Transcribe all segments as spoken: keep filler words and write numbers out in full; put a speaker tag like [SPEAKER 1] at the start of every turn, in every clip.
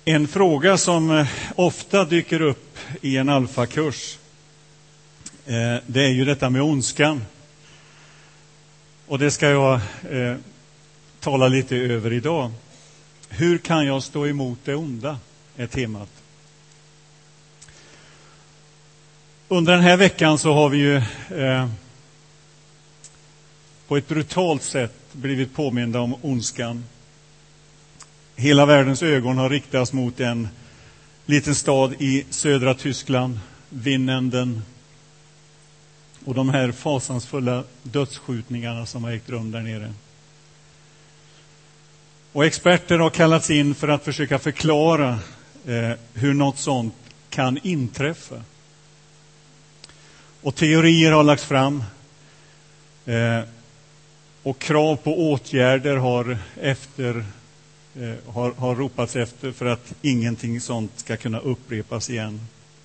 [SPEAKER 1] En fråga som ofta dyker upp i en alfakurs, det är ju detta med ondskan. Och det ska jag eh, tala lite över idag. Hur kan jag stå emot det onda, är temat. Under den här veckan så har vi ju eh, på ett brutalt sätt blivit påminda om ondskan. Hela världens ögon har riktats mot en liten stad i södra Tyskland, Winnenden, och de här fasansfulla dödsskjutningarna som har ägt rum där nere. Och experter har kallats in för att försöka förklara eh, hur något sånt kan inträffa. Och teorier har lagts fram. Eh, och krav på åtgärder har, efter, eh, har, har ropats efter för att ingenting sånt ska kunna upprepas igen.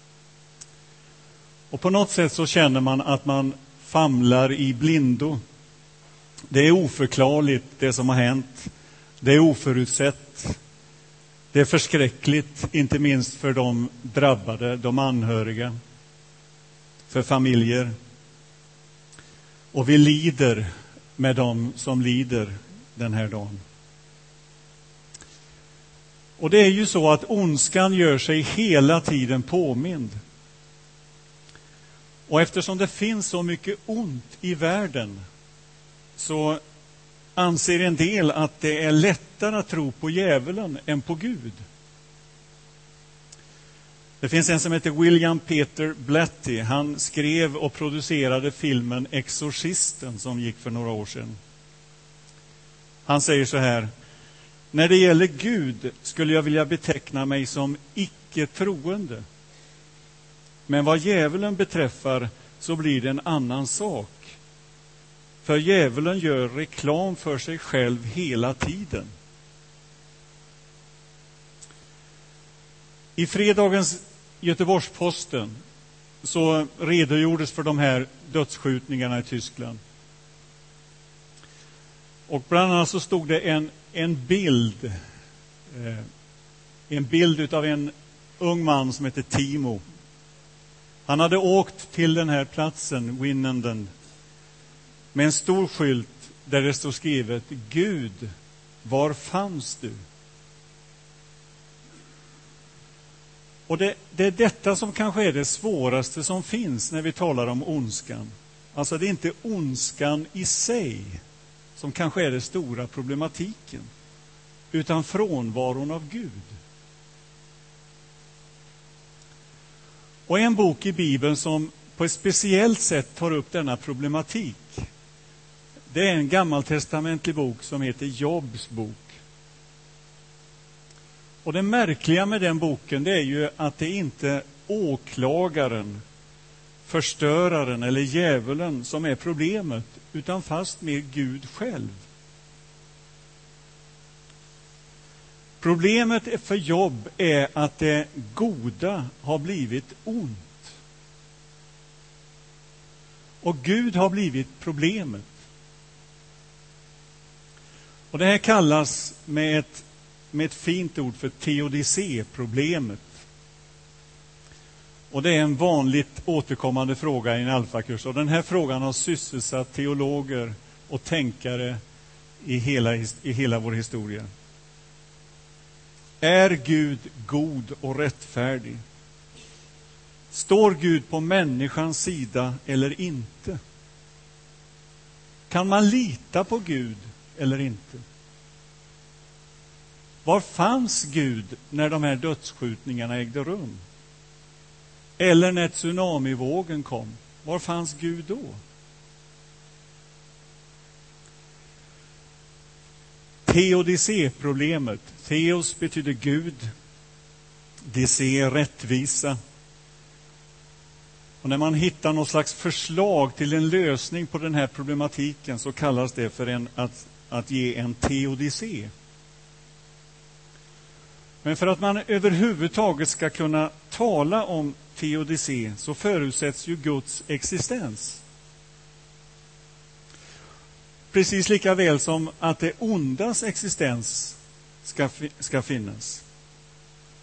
[SPEAKER 1] Och på något sätt så känner man att man famlar i blindo. Det är oförklarligt det som har hänt. Det är oförutsett. Det är förskräckligt, inte minst för de drabbade, de anhöriga, för familjer. Och vi lider med dem som lider den här dagen. Och det är ju så att ondskan gör sig hela tiden påmind. Och eftersom det finns så mycket ont i världen så anser en del att det är lättare att tro på djävulen än på Gud. Det finns en som heter William Peter Blatty. Han skrev och producerade filmen Exorcisten som gick för några år sedan. Han säger så här: när det gäller Gud skulle jag vilja beteckna mig som icke-troende. Men vad djävulen beträffar så blir det en annan sak. För djävulen gör reklam för sig själv hela tiden. I fredagens Göteborgs-Posten så redogjordes för de här dödsskjutningarna i Tyskland. Och bland annat så stod det en, en bild. Eh, en bild utav en ung man som heter Timo. Han hade åkt till den här platsen, Winnenden, med en stor skylt där det stod skrivet: Gud, var fanns du? Och det, det är detta som kanske är det svåraste som finns när vi talar om ondskan. Alltså det är inte ondskan i sig som kanske är det stora problematiken, utan frånvaron av Gud. Och en bok i Bibeln som på ett speciellt sätt tar upp denna problematik, det är en gammaltestamentlig bok som heter Jobs bok. Och det märkliga med den boken, det är ju att det inte är åklagaren, förstöraren eller djävulen som är problemet, utan fast med Gud själv. Problemet för Job är att det goda har blivit ont. Och Gud har blivit problemet. Och det här kallas med ett, med ett fint ord för teodicé-problemet. Och det är en vanligt återkommande fråga i en alfakurs. Och den här frågan har sysselsatt teologer och tänkare i hela, i hela vår historia. Är Gud god och rättfärdig? Står Gud på människans sida eller inte? Kan man lita på Gud eller inte? Var fanns Gud när de här dödsskjutningarna ägde rum? Eller när tsunamivågen kom? Var fanns Gud då? Teodicé-problemet. Theos betyder Gud. Dicé, rättvisa. Och när man hittar något slags förslag till en lösning på den här problematiken så kallas det för en, att, att ge en teodicé. Men för att man överhuvudtaget ska kunna tala om teodicé så förutsätts ju Guds existens. Precis lika väl som att det ondas existens ska, ska finnas.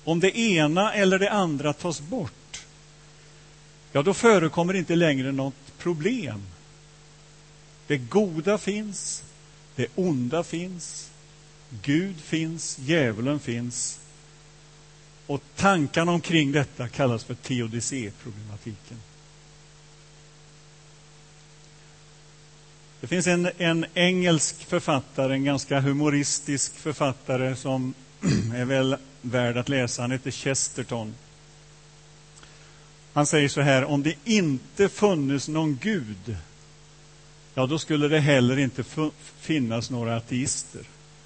[SPEAKER 1] om det ena eller det andra tas bort, ja, då förekommer inte längre något problem. Det goda finns, det onda finns, Gud finns, djävulen finns. Och tankarna omkring detta kallas för teodicé-problematiken. Det finns en, en engelsk författare, en ganska humoristisk författare som är väl värd att läsa. Han heter Chesterton. Han säger så här: om det inte funnits någon Gud, ja, då skulle det heller inte finnas några ateister.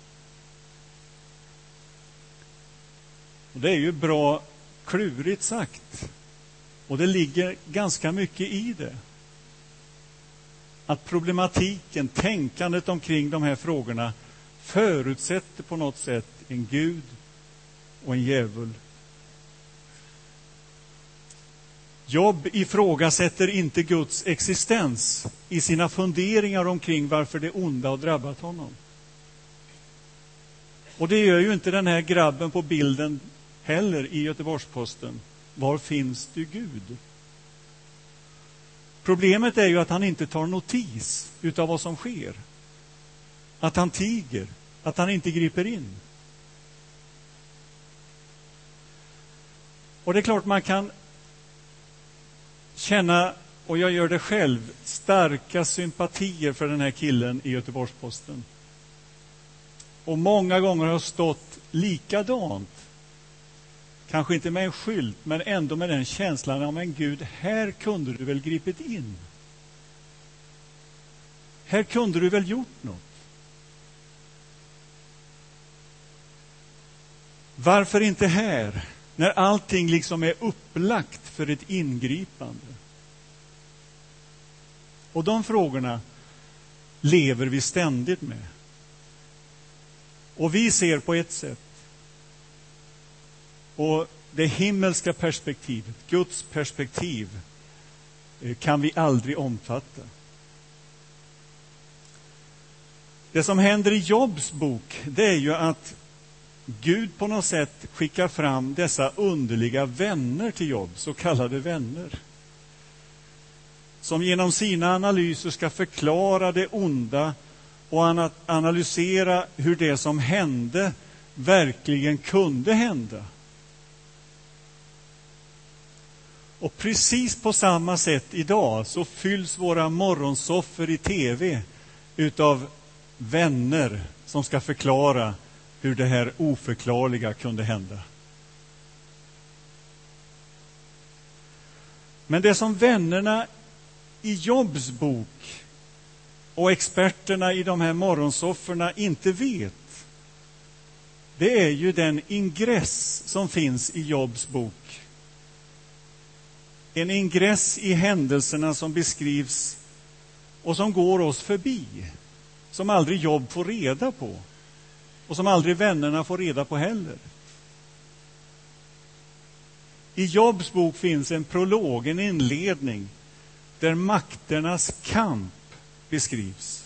[SPEAKER 1] Och det är ju bra klurigt sagt. Och det ligger ganska mycket i det. Att problematiken, tänkandet omkring de här frågorna förutsätter på något sätt en Gud och en djävul. Jobb ifrågasätter inte Guds existens i sina funderingar omkring varför det onda har drabbat honom. Och det gör ju inte den här grabben på bilden heller i Göteborgs-Posten. Var finns du, Gud? Problemet är ju att han inte tar notis utav vad som sker. Att han tiger, att han inte griper in. Och det är klart man kan känna, och jag gör det själv, starka sympatier för den här killen i Göteborgs-Posten. Och många gånger har jag stått likadant. Kanske inte med en skylt, men ändå med den känslan av, men Gud, här kunde du väl gripit in. Här kunde du väl gjort något. Varför inte här, när allting liksom är upplagt för ett ingripande? Och de frågorna lever vi ständigt med. Och vi ser på ett sätt. Och det himmelska perspektivet, Guds perspektiv, kan vi aldrig omfatta. Det som händer i Jobs bok, det är ju att Gud på något sätt skickar fram dessa underliga vänner till Job, så kallade vänner, som genom sina analyser ska förklara det onda och analysera hur det som hände verkligen kunde hända. Och precis på samma sätt idag så fylls våra morgonsoffer i tv utav vänner som ska förklara hur det här oförklarliga kunde hända. Men det som vännerna i Jobs bok och experterna i de här morgonsofferna inte vet, det är ju den ingress som finns i Jobs bok. En ingress i händelserna som beskrivs och som går oss förbi, som aldrig Job får reda på och som aldrig vännerna får reda på heller. I Jobs bok finns en prolog, en inledning, där makternas kamp beskrivs.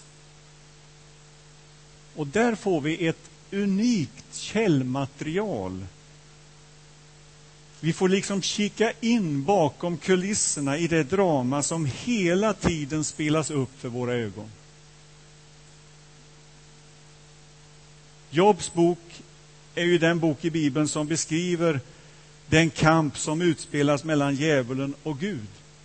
[SPEAKER 1] Och där får vi ett unikt källmaterial. Vi får liksom kika in bakom kulisserna i det drama som hela tiden spelas upp för våra ögon. Jobs bok är ju den bok i Bibeln som beskriver den kamp som utspelas mellan djävulen och Gud.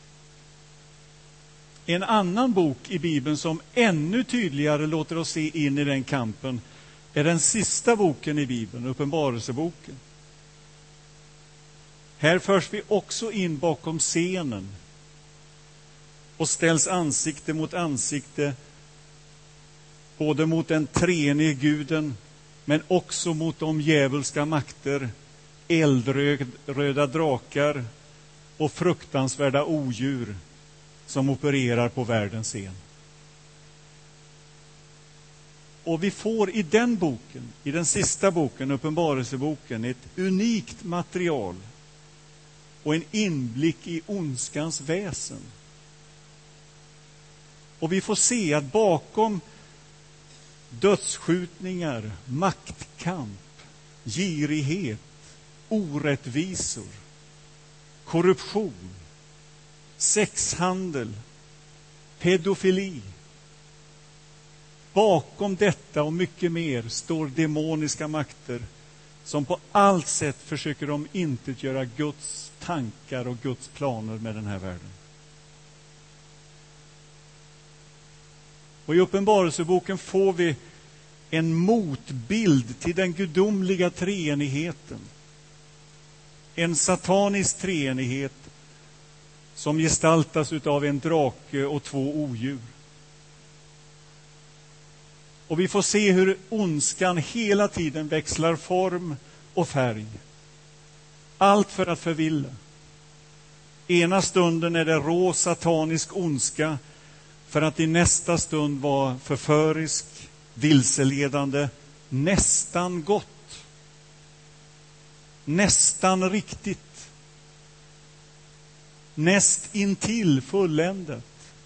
[SPEAKER 1] En annan bok i Bibeln som ännu tydligare låter oss se in i den kampen är den sista boken i Bibeln, Uppenbarelseboken. Här förs vi också in bakom scenen och ställs ansikte mot ansikte både mot den treenige guden men också mot de djävulska makter, eldröda drakar och fruktansvärda odjur som opererar på världens scen. Och vi får i den boken, i den sista boken, Uppenbarelseboken, ett unikt material och en inblick i ondskans väsen. Och vi får se att bakom dödsskjutningar, maktkamp, girighet, orättvisor, korruption, sexhandel, pedofili. Bakom detta och mycket mer står demoniska makter som på allt sätt försöker de inte göra Guds tankar och Guds planer med den här världen. Och i Uppenbarelseboken får vi en motbild till den gudomliga treenigheten. En satanisk treenighet som gestaltas av en drake och två odjur. Och vi får se hur ondskan hela tiden växlar form och färg. Allt för att förvilla. Ena stunden är det rå satanisk ondska för att i nästa stund vara förförisk, vilseledande, nästan gott. Nästan riktigt. Näst intill fulländat.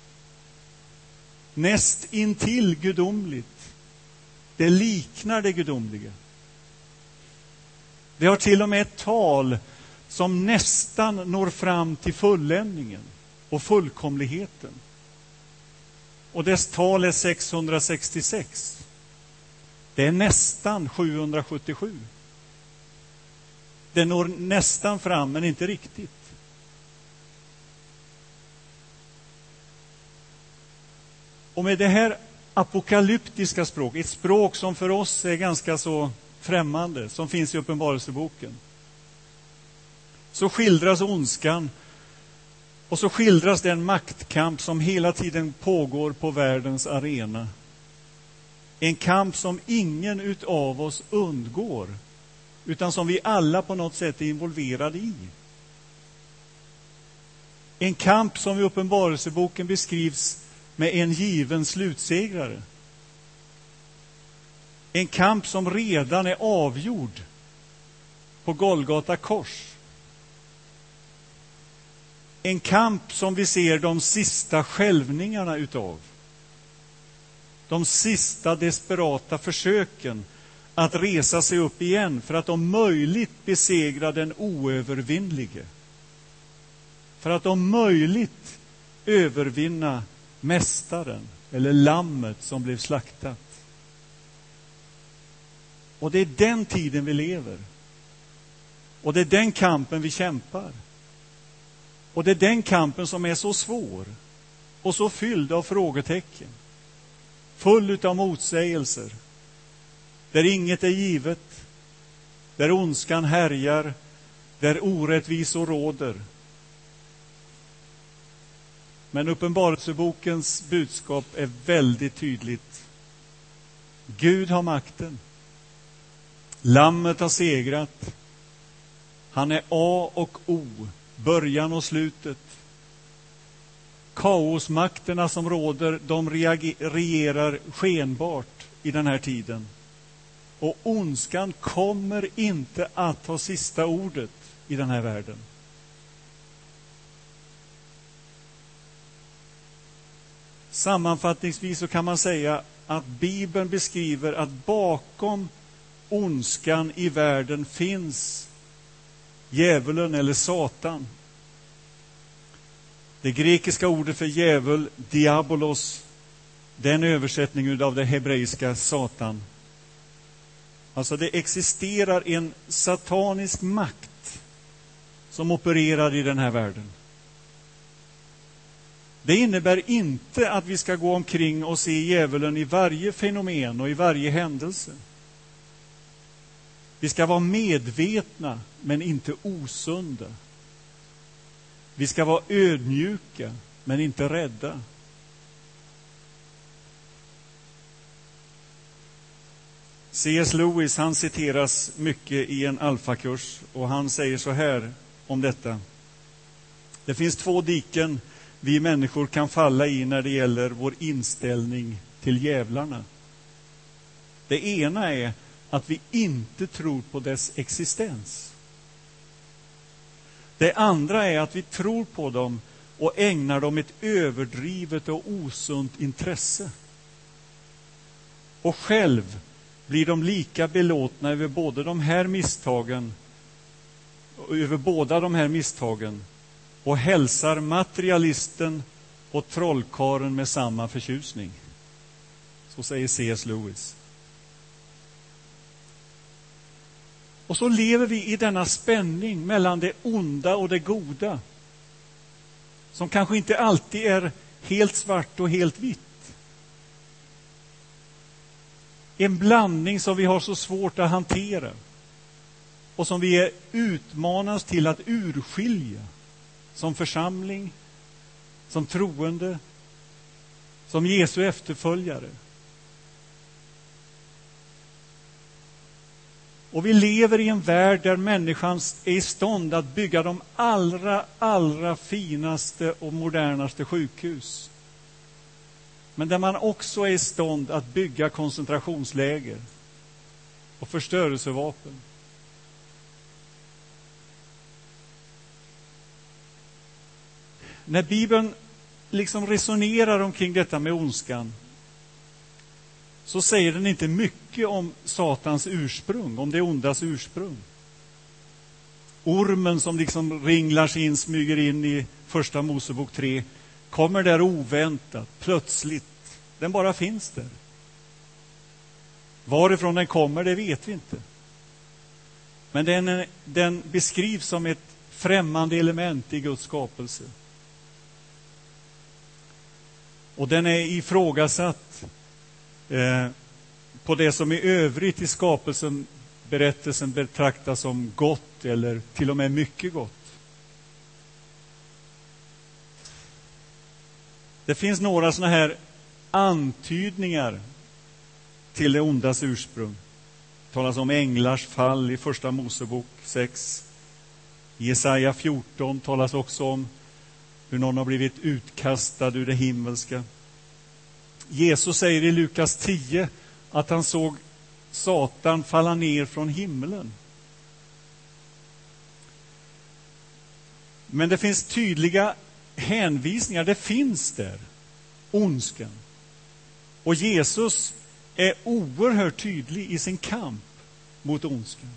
[SPEAKER 1] Näst intill gudomligt. Det liknar det gudomliga. Det har till och med ett tal som nästan når fram till fulländningen och fullkomligheten. Och dess tal är sexhundrasextiosex. Det är nästan sjuhundrasjuttiosju. Det når nästan fram, men inte riktigt. Och med det här apokalyptiska språk, ett språk som för oss är ganska så främmande, som finns i Uppenbarelseboken, så skildras ondskan och så skildras den maktkamp som hela tiden pågår på världens arena. En kamp som ingen utav oss undgår, utan som vi alla på något sätt är involverade i. En kamp som i Uppenbarelseboken beskrivs med en given slutsegrare. En kamp som redan är avgjord på Golgata kors. En kamp som vi ser de sista skälvningarna utav. De sista desperata försöken att resa sig upp igen för att om möjligt besegra den oövervinnlige. För att om möjligt övervinna mästaren eller lammet som blev slaktat. Och det är den tiden vi lever. Och det är den kampen vi kämpar. Och det är den kampen som är så svår och så fylld av frågetecken. Full av motsägelser. Där inget är givet. Där ondskan härjar. Där orättvisor råder. Men Uppenbarelsebokens budskap är väldigt tydligt. Gud har makten. Lammet har segrat. Han är A och O, början och slutet. Kaosmakterna som råder, de regerar skenbart i den här tiden. Och ondskan kommer inte att ha sista ordet i den här världen. Sammanfattningsvis så kan man säga att Bibeln beskriver att bakom ondskan i världen finns djävulen eller Satan. Det grekiska ordet för djävul, diabolos, det är en översättning av det hebreiska Satan. Alltså det existerar en satanisk makt som opererar i den här världen. Det innebär inte att vi ska gå omkring och se djävulen i varje fenomen och i varje händelse. Vi ska vara medvetna men inte osunda. Vi ska vara ödmjuka men inte rädda. C S Lewis, han citeras mycket i en alfakurs och han säger så här om detta. Det finns två diken vi människor kan falla i när det gäller vår inställning till djävlarna. Det ena är att vi inte tror på dess existens. Det andra är att vi tror på dem och ägnar dem ett överdrivet och osunt intresse. Och själv blir de lika belåtna över både de här misstagen över båda de här misstagen och hälsar materialisten och trollkaren med samma förtjusning. Så säger C S Lewis. Och så lever vi i denna spänning mellan det onda och det goda, som kanske inte alltid är helt svart och helt vitt. En blandning som vi har så svårt att hantera och som vi är utmanas till att urskilja som församling, som troende, som Jesu efterföljare. Och vi lever i en värld där människan är i stånd att bygga de allra, allra finaste och modernaste sjukhus. Men där man också är i stånd att bygga koncentrationsläger och förstörelsevapen. När Bibeln liksom resonerar omkring detta med ondskan, så säger den inte mycket om Satans ursprung, om det ondas ursprung. Ormen som liksom ringlar sig in, smyger in i första Mosebok tre, kommer där oväntat, plötsligt. Den bara finns där. Varifrån den kommer, det vet vi inte. Men den, den beskrivs som ett främmande element i Guds skapelse. Och den är ifrågasatt eh, på det som i övrigt i skapelsen, berättelsen betraktas som gott eller till och med mycket gott. Det finns några såna här antydningar till det ondas ursprung. Det talas om änglars fall i första Mosebok sex. I Jesaja fjorton talas också om hur någon har blivit utkastad ur det himmelska. Jesus säger i Lukas tio att han såg Satan falla ner från himlen. Men det finns tydliga hänvisningar, det finns där, ondskan. Och Jesus är oerhört tydlig i sin kamp mot ondskan.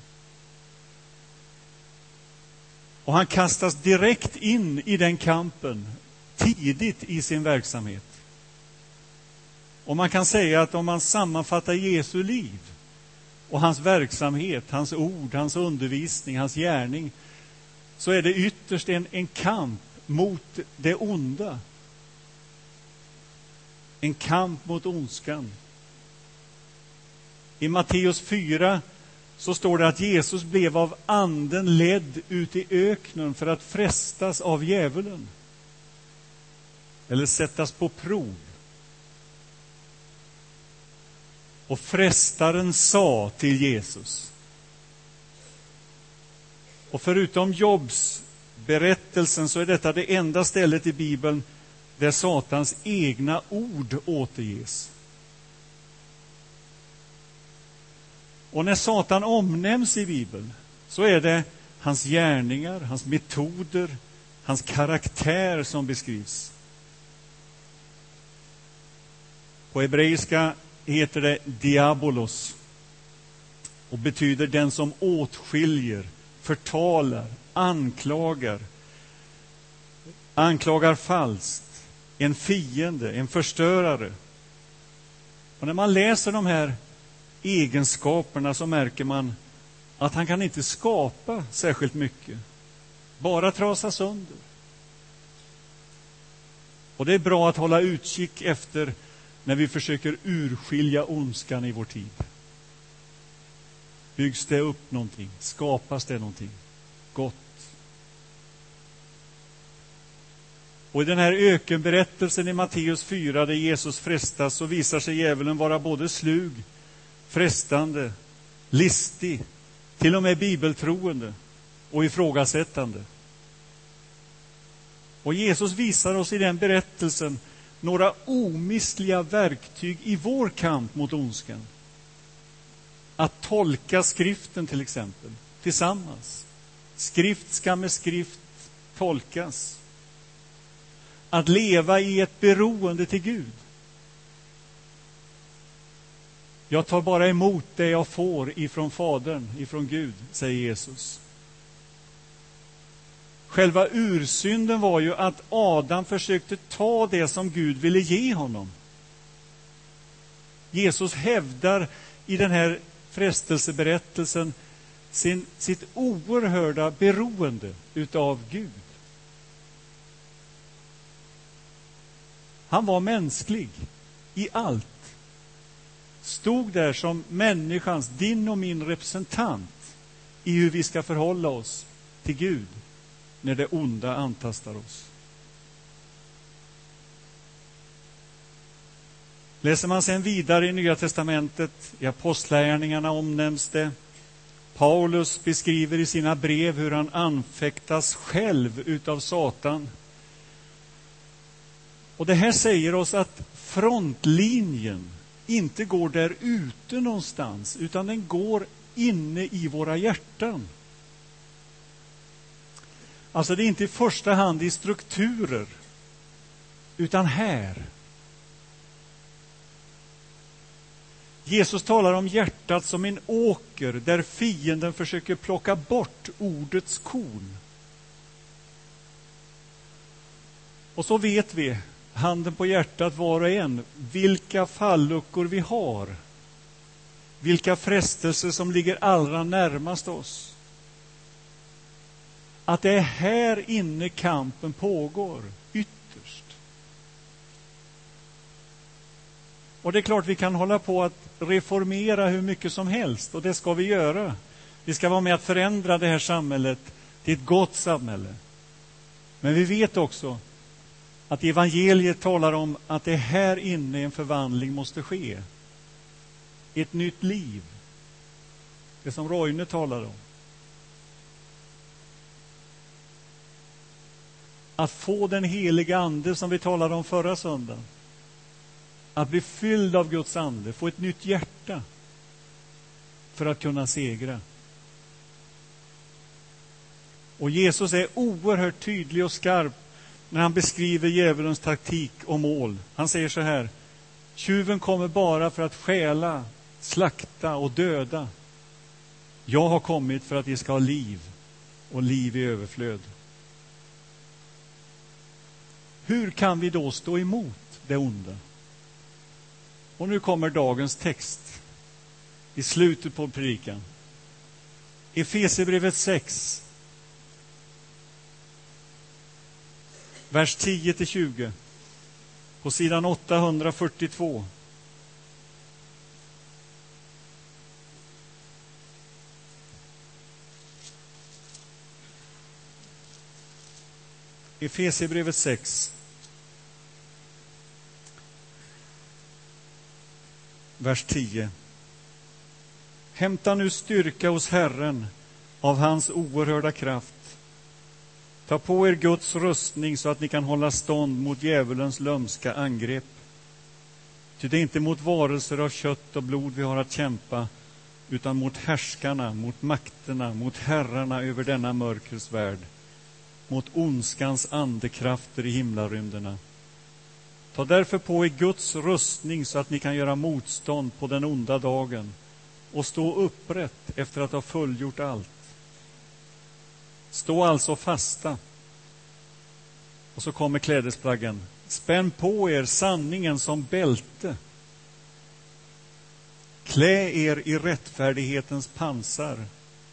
[SPEAKER 1] Och han kastas direkt in i den kampen tidigt i sin verksamhet. Och man kan säga att om man sammanfattar Jesu liv och hans verksamhet, hans ord, hans undervisning, hans gärning, så är det ytterst en, en kamp mot det onda. En kamp mot ondskan. I Matteus fyra så står det att Jesus blev av anden ledd ut i öknen för att frestas av djävulen. Eller sättas på prov. Och frestaren sa till Jesus. Och förutom Jobs berättelsen så är detta det enda stället i Bibeln där Satans egna ord återges. Och när Satan omnämns i Bibeln så är det hans gärningar, hans metoder, hans karaktär som beskrivs. På hebreiska heter det diabolos och betyder den som åtskiljer, förtalar, anklagar, anklagar falskt, en fiende, en förstörare. Och när man läser de här egenskaperna så märker man att han kan inte skapa särskilt mycket, bara trasa sönder. Och det är bra att hålla utkik efter när vi försöker urskilja ondskan i vår tid. Byggs det upp någonting? Skapas det någonting gott? Och i den här ökenberättelsen i Matteus fyra där Jesus frestas så visar sig djävulen vara både slug, frestande, listig, till och med bibeltroende och ifrågasättande. Och Jesus visar oss i den berättelsen några omistliga verktyg i vår kamp mot ondskan. Att tolka skriften till exempel, tillsammans. Skrift ska med skrift tolkas. Att leva i ett beroende till Gud. Jag tar bara emot det jag får ifrån Fadern, ifrån Gud, säger Jesus. Själva ursynden var ju att Adam försökte ta det som Gud ville ge honom. Jesus hävdar i den här frestelseberättelsen sin, sitt oerhörda beroende utav Gud. Han var mänsklig i allt. Stod där som människans, din och min representant i hur vi ska förhålla oss till Gud när det onda antastar oss. Läser man sen vidare i Nya testamentet, i apostlagärningarna omnämns det. Paulus beskriver i sina brev hur han anfäktas själv utav Satan. Och det här säger oss att frontlinjen inte går där ute någonstans, utan den går inne i våra hjärtan. Alltså det är inte i första hand i strukturer, utan här. Jesus talar om hjärtat som en åker där fienden försöker plocka bort ordets korn. Och så vet vi, handen på hjärtat var och en, vilka falluckor vi har. Vilka frestelser som ligger allra närmast oss. Att det är här inne kampen pågår, ytterst. Och det är klart vi kan hålla på att reformera hur mycket som helst, och det ska vi göra. Vi ska vara med att förändra det här samhället till ett gott samhälle. Men vi vet också att evangeliet talar om att det här inne en förvandling måste ske. Ett nytt liv. Det som Roine talar om. Att få den heliga ande som vi talade om förra söndagen. Att bli fylld av Guds ande. Få ett nytt hjärta. För att kunna segra. Och Jesus är oerhört tydlig och skarp när han beskriver djävulens taktik och mål. Han säger så här: tjuven kommer bara för att stjäla, slakta och döda. Jag har kommit för att vi ska ha liv, och liv i överflöd. Hur kan vi då stå emot det onda? Och nu kommer dagens text i slutet på predikan. Efesierbrevet sex, vers tio till tjugo, på sidan åttahundrafyrtiotvå. Efesierbrevet sex, vers tio. Hämta nu styrka hos Herren av hans oerhörda kraft. Ta på er Guds rustning så att ni kan hålla stånd mot djävulens lömska angrepp. Ty det är inte mot varelser av kött och blod vi har att kämpa, utan mot härskarna, mot makterna, mot herrarna över denna mörkrets värld, mot ondskans andekrafter i himlarymderna. Ta därför på er Guds rustning så att ni kan göra motstånd på den onda dagen och stå upprätt efter att ha fullgjort allt. Stå alltså fasta. Och så kommer klädesplaggen. Spänn på er sanningen som bälte. Klä er i rättfärdighetens pansar.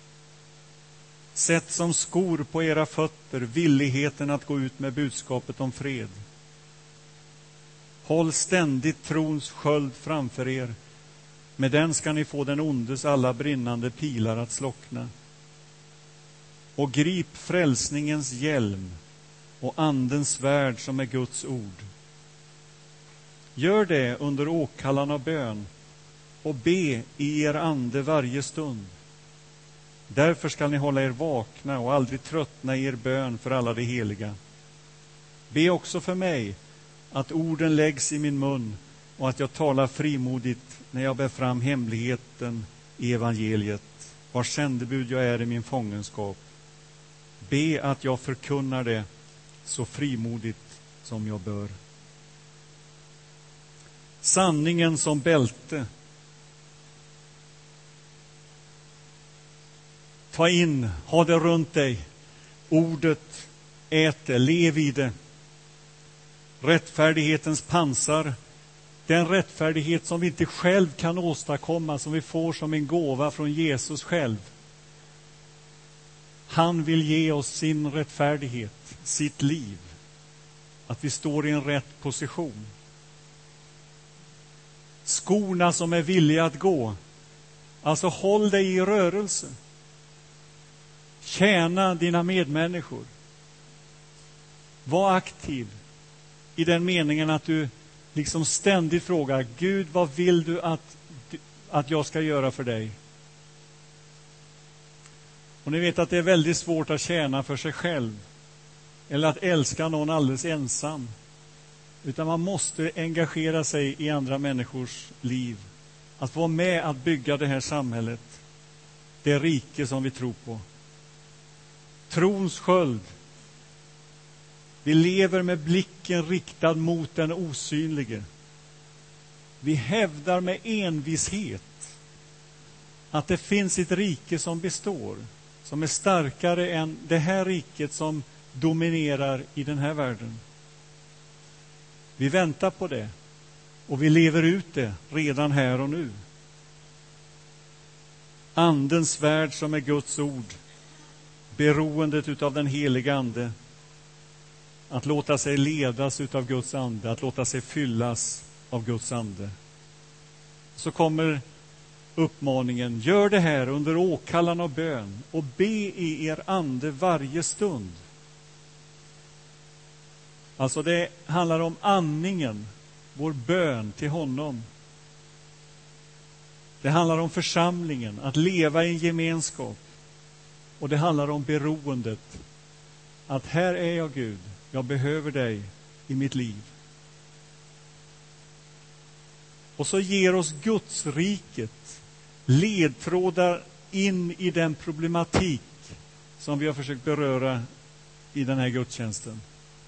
[SPEAKER 1] Sätt som skor på era fötter villigheten att gå ut med budskapet om fred. Håll ständigt trons sköld framför er. Med den ska ni få den ondes alla brinnande pilar att slockna. Och grip frälsningens hjälm och andens svärd som är Guds ord. Gör det under åkallan av bön och be i er ande varje stund. Därför ska ni hålla er vakna och aldrig tröttna i er bön för alla de heliga. Be också för mig att orden läggs i min mun och att jag talar frimodigt när jag bär fram hemligheten i evangeliet, vars sändebud jag är i min fångenskap. Be att jag förkunnar det så frimodigt som jag bör. Sanningen som bälte. Ta in, ha det runt dig. Ordet, ät det, lev i det. Rättfärdighetens pansar, den rättfärdighet som vi inte själv kan åstadkomma, som vi får som en gåva från Jesus själv. Han vill ge oss sin rättfärdighet, sitt liv. Att vi står i en rätt position. Skorna som är villiga att gå. Alltså håll dig i rörelse. Tjäna dina medmänniskor. Var aktiv i den meningen att du liksom ständigt frågar Gud, vad vill du att, att jag ska göra för dig? Och ni vet att det är väldigt svårt att tjäna för sig själv eller att älska någon alldeles ensam. Utan man måste engagera sig i andra människors liv. Att vara med att bygga det här samhället. Det rike som vi tror på. Trons sköld. Vi lever med blicken riktad mot den osynlige. Vi hävdar med envishet att det finns ett rike som består. Som är starkare än det här riket som dominerar i den här världen. Vi väntar på det. Och vi lever ut det redan här och nu. Andens värld som är Guds ord. Beroendet utav den heliga ande. Att låta sig ledas utav Guds ande. Att låta sig fyllas av Guds ande. Så kommer uppmaningen. Gör det här under åkallan och bön. Och be i er ande varje stund. Alltså det handlar om andningen. Vår bön till honom. Det handlar om församlingen. Att leva i en gemenskap. Och det handlar om beroendet. Att här är jag Gud. Jag behöver dig i mitt liv. Och så ger oss Guds riket ledtrådar in i den problematik som vi har försökt beröra i den här gudstjänsten.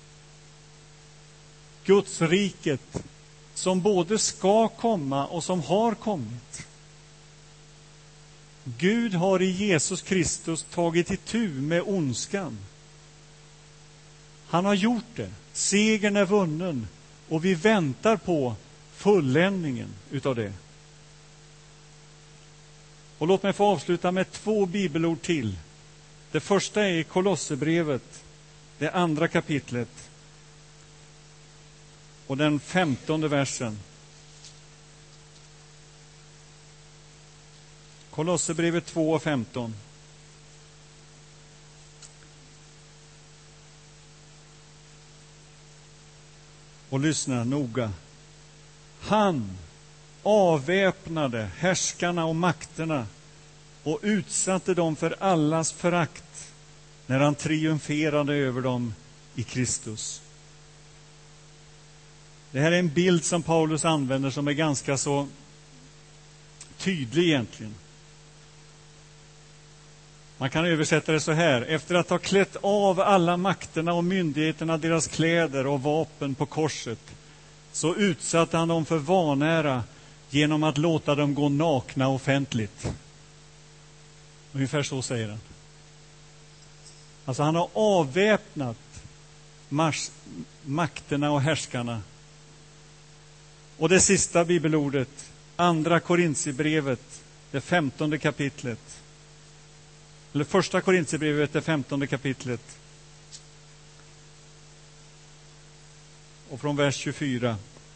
[SPEAKER 1] Guds riket som både ska komma och som har kommit. Gud har i Jesus Kristus tagit itu med ondskan. Han har gjort det. Segern är vunnen och vi väntar på fulländningen utav det. Och låt mig få avsluta med två bibelord till. Det första är i Kolosserbrevet, det andra kapitlet. Och den femtonde versen. Kolosserbrevet två och femton. Och lyssna noga. Han avväpnade härskarna och makterna och utsatte dem för allas förakt när han triumferade över dem i Kristus. Det här är en bild som Paulus använder som är ganska så tydlig egentligen. Man kan översätta det så här. Efter att ha klätt av alla makterna och myndigheterna deras kläder och vapen på korset, så utsatte han dem för vanära genom att låta dem gå nakna offentligt. Ungefär så säger han. Alltså han har avväpnat mars, makterna och härskarna. Och det sista bibelordet, andra Korintierbrevet, det femtonde kapitlet. Eller första Korintierbrevet, det femtonde kapitlet. Och från vers tjugofyra.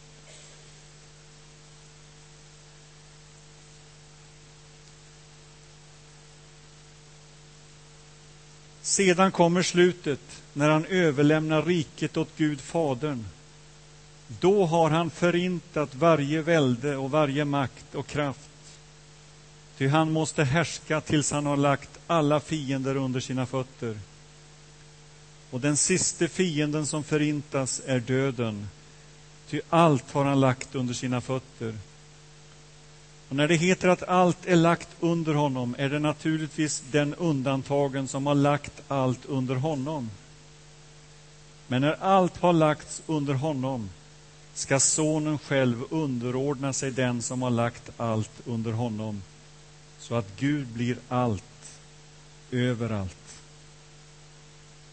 [SPEAKER 1] Sedan kommer slutet när han överlämnar riket åt Gud Fadern. Då har han förintat varje välde och varje makt och kraft. Ty han måste härska tills han har lagt alla fiender under sina fötter. Och den sista fienden som förintas är döden. Ty allt har han lagt under sina fötter. Och när det heter att allt är lagt under honom är det naturligtvis den undantagen som har lagt allt under honom. Men när allt har lagts under honom ska sonen själv underordna sig den som har lagt allt under honom, så att Gud blir allt, överallt.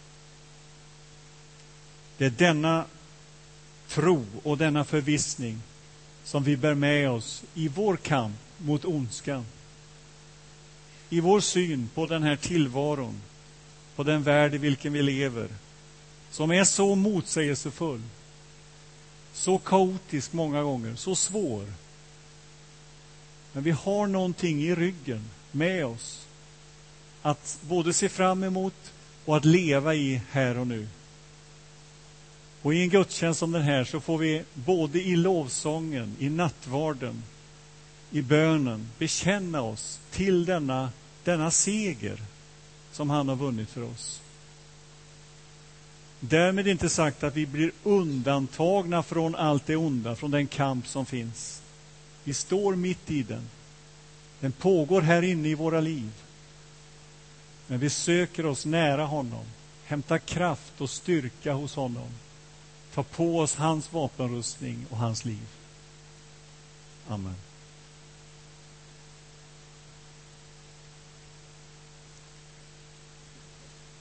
[SPEAKER 1] Det är denna tro och denna förvissning som vi bär med oss i vår kamp mot ondskan. I vår syn på den här tillvaron, på den värld i vilken vi lever, som är så motsägelsefull, så kaotisk många gånger, så svår. Men vi har någonting i ryggen med oss att både se fram emot och att leva i här och nu. Och i en gudstjänst som den här så får vi både i lovsången, i nattvarden, i bönen bekänna oss till denna, denna seger som han har vunnit för oss. Därmed inte sagt att vi blir undantagna från allt det onda, från den kamp som finns. Vi står mitt i den. Den pågår här inne i våra liv. Men vi söker oss nära honom, hämtar kraft och styrka hos honom. Ta på oss hans vapenrustning och hans liv. Amen.